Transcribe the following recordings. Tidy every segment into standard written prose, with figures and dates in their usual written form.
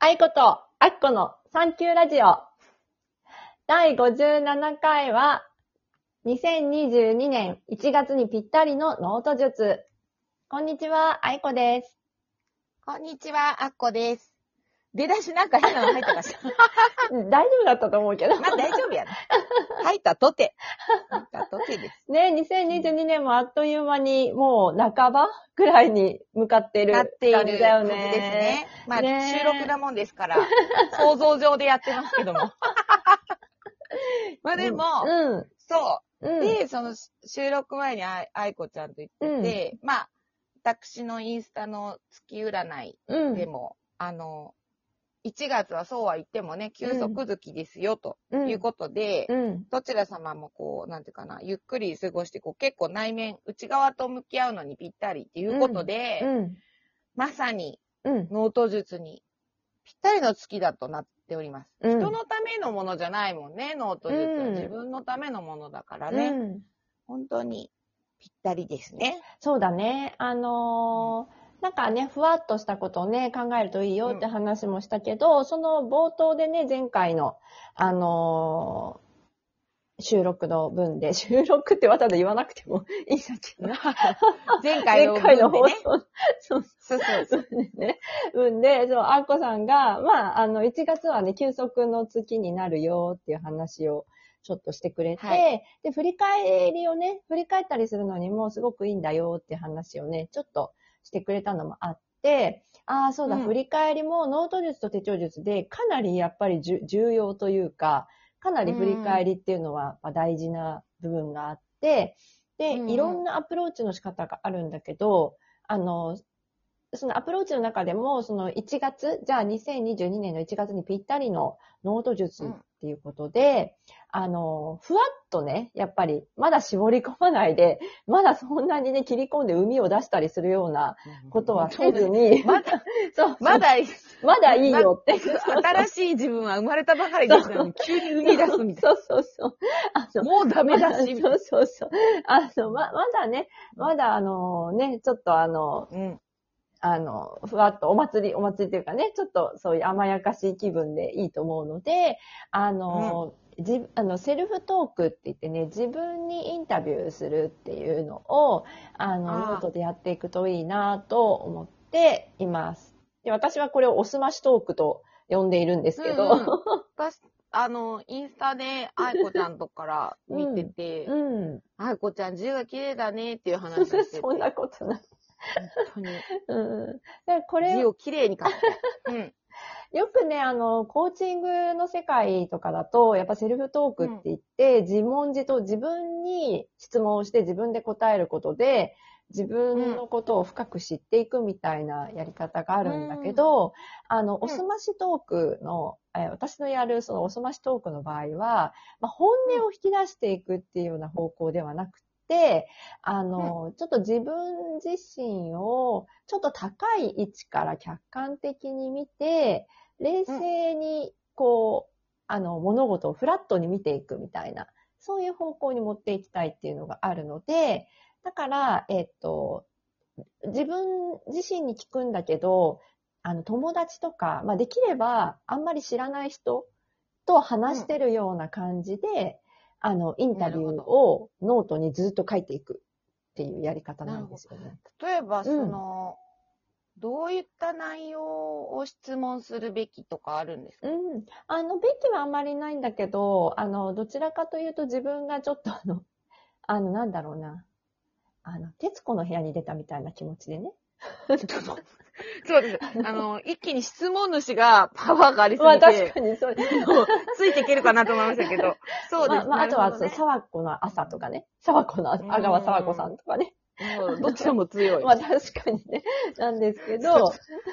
愛子とあっこのサンキューラジオ。第57回は、2022年1月にぴったりのノート術。こんにちは、愛子です。 こんにちは、あっこです。出だしなんか変なの入ったかしら。 大丈夫だったと思うけど。 まあ大丈夫やね。入ったとて。入ったとてです。 ね、2022年もあっという間にもう半ばぐらいに向かっているなっている感じだよね。 はずですね。まあ、 ね収録なもんですから、想像上でやってますけども。まあでも、そう。で、その収録前にあいこちゃんと言ってて、まあ、私のインスタの月占いでも、1月はそうは言ってもね、休息月ですよ、ということで、どちら様もこう、なんていうかな、ゆっくり過ごして、こう、結構内面、内側と向き合うのにぴったりっていうことで、まさに、ノート術にぴったりの月だとなっております。人のためのものじゃないもんね、ノート術は。自分のためのものだからね。本当にぴったりですね。 そうだね。なんかね、ふわっとしたことをね、考えるといいよって話もしたけど、その冒頭でね、前回の、収録の分で、収録ってわざわざ言わなくてもいいんだけど。 前回の放送。 そうね。分で、あっこさんが、まあ、1月はね、休息の月になるよっていう話をちょっとしてくれて、はい、で、振り返ったりするのにもすごくいいんだよって話をね、ちょっとしてくれたのもあって、ああ、そうだ、振り返りもノート術と手帳術でかなりやっぱり重要というか、かなり振り返りっていうのは大事な部分があって、で、いろんなアプローチの仕方があるんだけど、そのアプローチの中でも、その1月、じゃあ2022年の1月にぴったりのノート術っていうことで、ふわっとね、やっぱり、まだ絞り込まないで、まだそんなにね、切り込んで海を出したりするようなことはせずに、 まだいいよって。 新しい自分は生まれたばかりですのに、急に海出すみたいな。もうダメだし。 まだね、ちょっとふわっとお祭りっていうかね、ちょっとそういう甘やかしい気分でいいと思うので、セルフトークって言ってね、自分にインタビューするっていうのを、ノートでやっていくといいなと思っています。で、私はこれをおすましトークと呼んでいるんですけど。 私、インスタで愛子ちゃんとから見てて、愛子ちゃん字が綺麗だねっていう話をしてて。 そんなことない。 本当に。 これ字をきれいに書く。 よくね、コーチングの世界とかだと、やっぱセルフトークって言って、自問自答、自分に質問をして自分で答えることで、自分のことを深く知っていくみたいなやり方があるんだけど、おすましトークの、私のやるそのおすましトークの場合は、本音を引き出していくっていうような方向ではなくて、ちょっと自分自身をちょっと高い位置から客観的に見て、冷静に物事をフラットに見ていくみたいな、そういう方向に持っていきたいっていうのがあるので、だから、自分自身に聞くんだけど、友達とか、できればあんまり知らない人と話してるような感じで、インタビューをノートにずっと書いていくっていうやり方なんですよね。 例えば、どういった内容を質問するべきとかあるんですか？ べきはあんまりないんだけど、どちらかというと自分がちょっとなんだろうな。徹子の部屋に出たみたいな気持ちでね。 そうです。一気に質問主がパワーがありすぎて。 確かにそう。 ついていけるかなと思いましたけど。そうです。 あとは、沢子の朝とかね。阿川沢子さんとかね。 どちらも強い。 確かにね。なんですけど、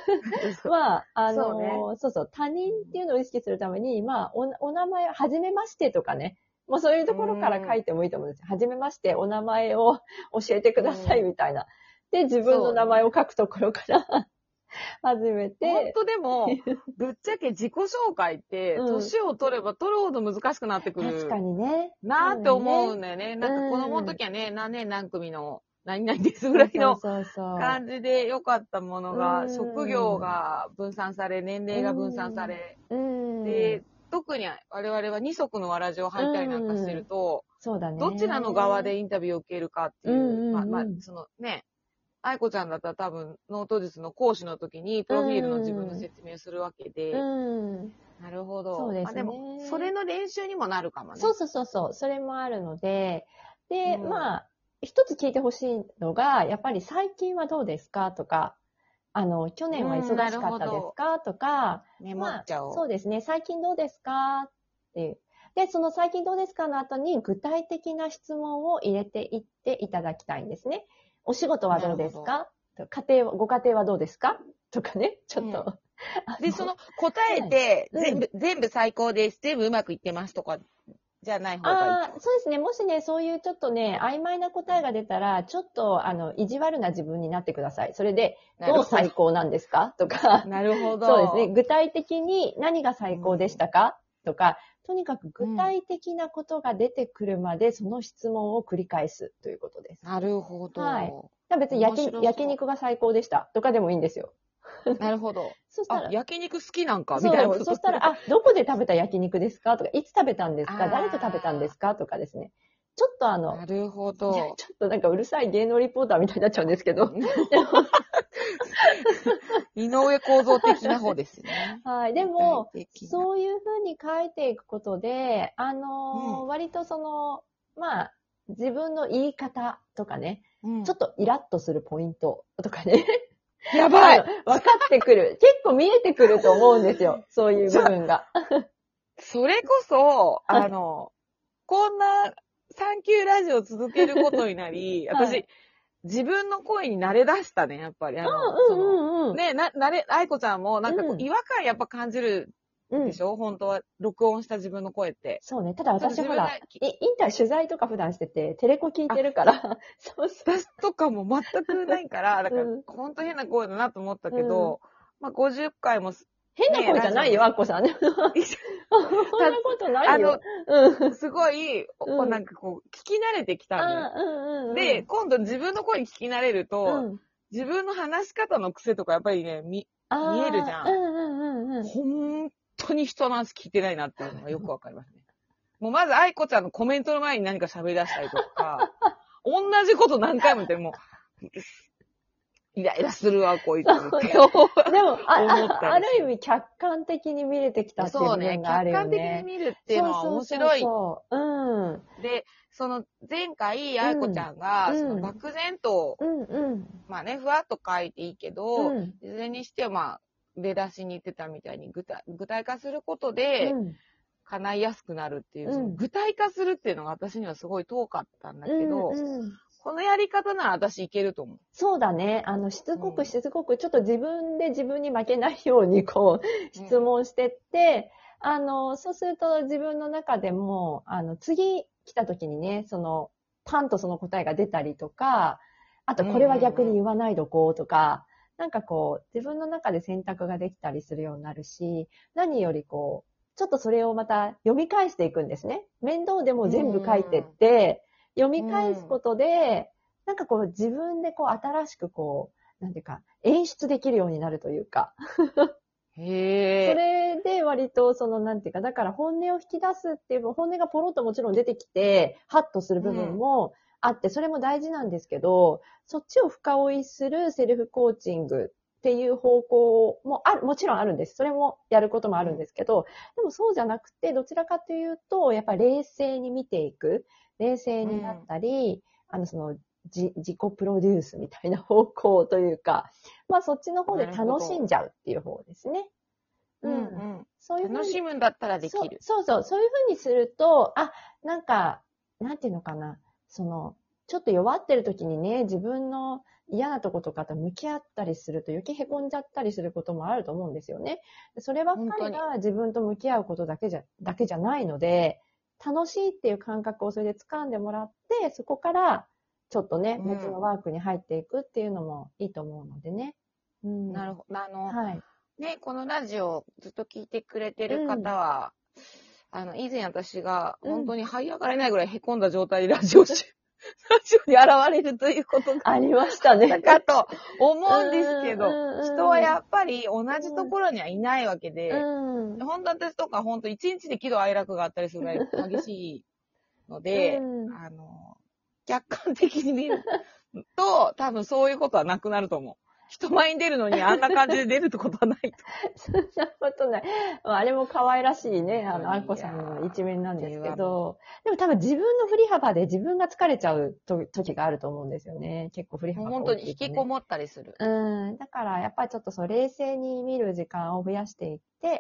他人っていうのを意識するために、お名前、はじめましてとかね。もうそういうところから書いてもいいと思うんですよ。はじめまして、お名前を教えてくださいみたいな。で、自分の名前を書くところから始めて。 本当でも、ぶっちゃけ自己紹介って、年を取れば取るほど難しくなってくる。 確かにね。 なーって思うんだよね。なんか子供の時はね、何年何組の何々ですぐらいのそうそう感じで良かったものが、 うん職業が分散され、年齢が分散され、で、特に我々は二足のわらじを履いたりなんかしてると、 そうだね。 どちらの側でインタビューを受けるかっていう、まあ、そのね、愛子ちゃんだったら多分、ノート術の講師の時に、プロフィールの自分の説明をするわけで、なるほど。 そうですね。 でも、それの練習にもなるかもね。 そう。それもあるので、で、まあ、一つ聞いてほしいのが、やっぱり最近はどうですかとか、去年は忙しかったですかとか、 メモっちゃおう。 そうですね。最近どうですかっていう。で、その最近どうですかの後に具体的な質問を入れていっていただきたいんですね。お仕事はどうですか？ご家庭はどうですか？とかね、ちょっと。 で、その答えて、全部最高です。全部うまくいってますとか、じゃない方がいい。 そうですね。もしね、そういうちょっとね、曖昧な答えが出たら、ちょっと、意地悪な自分になってください。それで、どう最高なんですかとか。 なるほど。 そうですね。具体的に何が最高でしたか、とか、とにかく具体的なことが出てくるまで、その質問を繰り返すということです。 なるほど。 はい。別に焼肉が最高でしたとかでもいいんですよ。 なるほど。 そしたら、 焼肉好きなんかみたいなこと。 そしたら、どこで食べた焼肉ですかとか、いつ食べたんですか誰と食べたんですかとかですね。ちょっとなるほど。 ちょっとなんかうるさい芸能リポーターみたいになっちゃうんですけど。 井上構造的な方ですね。 はい。でも、そういうふうに書いていくことで、割とまあ、自分の言い方とかね、ちょっとイラッとするポイントとかね。 やばい分かってくる。結構見えてくると思うんですよ。そういう部分が。 それこそ、こんなサンキューラジオを続けることになり、私、自分の声に慣れ出したね、やっぱり。愛子ちゃんも、なんかこう、違和感やっぱ感じるでしょ、本当は。録音した自分の声って。 そうね。ただ私ほら、取材とか普段してて、テレコ聞いてるから、 私とかも全くないから、だから、本当変な声だなと思ったけど、まあ、50回も、 変な声じゃないよ、アッコさん。そんなことないよ。 すごい、なんかこう、聞き慣れてきたんだよ。で、今度自分の声に聞き慣れると、自分の話し方の癖とかやっぱりね、見えるじゃん。本当に人の話聞いてないなっていうのがよくわかりますね。もうまず愛子ちゃんのコメントの前に何か喋り出したりとか、同じこと何回も言ってもう、イライラするわ、こいつ。でも、ある意味客観的に見れてきたっていう部分があるよね。 客観的に見るっていうのは面白い。で、その前回、愛子ちゃんが、その漠然と、まあね、ふわっと書いていいけど、いずれにしてはまあ、出だしに言ってたみたいに具体化することで、叶いやすくなるっていう、具体化するっていうのが私にはすごい遠かったんだけど、このやり方なら私いけると思う。 そうだね。しつこく、ちょっと自分で自分に負けないように、こう、質問してって、そうすると自分の中でも、次来た時にね、パンとその答えが出たりとか、あとこれは逆に言わないどこうとか、なんかこう、自分の中で選択ができたりするようになるし、何よりこう、ちょっとそれをまた読み返していくんですね。面倒でも全部書いてって、読み返すことで、なんかこう自分でこう新しくこう、なんていうか、演出できるようになるというか。それで割となんていうか、だから本音を引き出すっていう、本音がポロッともちろん出てきて、ハッとする部分もあって、それも大事なんですけど、そっちを深追いするセルフコーチングっていう方向ももちろんあるんです。それもやることもあるんですけど、でもそうじゃなくて、どちらかというと、やっぱり冷静に見ていく。冷静になったり、自己プロデュースみたいな方向というか、まあそっちの方で楽しんじゃうっていう方ですね。 そういう楽しむんだったらできる。 そういう風にすると、なんか、なんていうのかな、ちょっと弱ってる時にね、自分の嫌なとことかと向き合ったりすると余計凹んじゃったりすることもあると思うんですよね。そればっかりが自分と向き合うことだけじゃないので、楽しいっていう感覚をそれで掴んでもらって、そこからちょっとね、別のワークに入っていくっていうのもいいと思うのでね。 なるほど。ね、このラジオずっと聞いてくれてる方は、以前私が本当に這い上がれないぐらい凹んだ状態でラジオジオに現れるということがありましたね。 だかと思うんですけど、人はやっぱり同じところにはいないわけで、本当私とか本当1日で喜怒哀楽があったりするぐらい激しいので、客観的に見ると、多分そういうことはなくなると思う。人前に出るのにあんな感じで出るってことはないと。 そんなことない。あれも可愛らしいね、あっこさんの一面なんですけど、でも多分自分の振り幅で自分が疲れちゃう時があると思うんですよね。結構振り幅が大きい、ね。 本当に引きこもったりする。 だからやっぱりちょっとそう冷静に見る時間を増やしていって、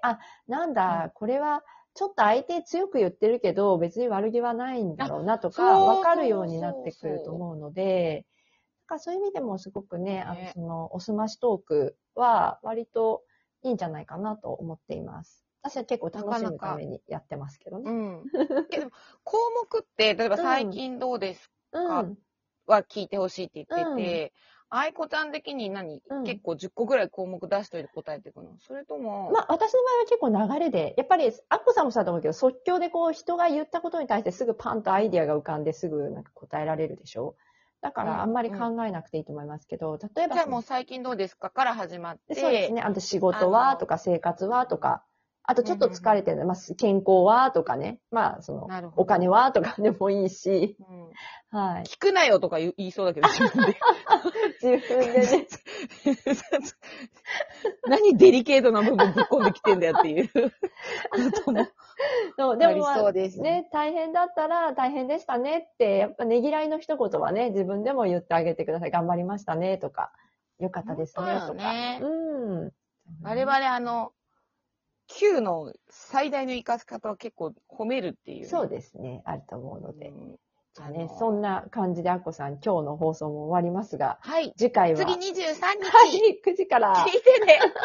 あ、なんだ、これはちょっと相手強く言ってるけど別に悪気はないんだろうなとか分かるようになってくると思うので、そういう意味でもすごくね、おすましトークは割といいんじゃないかなと思っています。私は結構楽しむためにやってますけどね。 でも項目って、例えば最近どうですか、は聞いてほしいって言ってて、愛子ちゃん的に結構10個ぐらい項目出しといて答えていくの？それとも。 まあ、私の場合は結構流れで、やっぱり、アッコさんもそうだと思うけど、即興でこう、人が言ったことに対してすぐパンとアイディアが浮かんですぐなんか答えられるでしょ？だからあんまり考えなくていいと思いますけど、例えば。 じゃあもう最近どうですかから始まって。 そうですね。仕事はとか生活はとか、あとちょっと疲れてる、健康はとかね。お金はとかでもいいし。はい。 聞くなよとか言いそうだけど、自分で。 自分でね。 何デリケートな部分ぶっ込んできてんだよっていうことも。 でもそうですね、大変だったら大変でしたねって、やっぱねぎらいの一言はね、自分でも言ってあげてください。頑張りましたねとか、よかったですねとか。 我々Q の最大の活かし方は結構褒めるっていう、 そうですね、あると思うので。じゃあね、そんな感じでアッコさん、今日の放送も終わりますが、 はい。 次回は。 次23日。 はい、9時から。 聞いてね。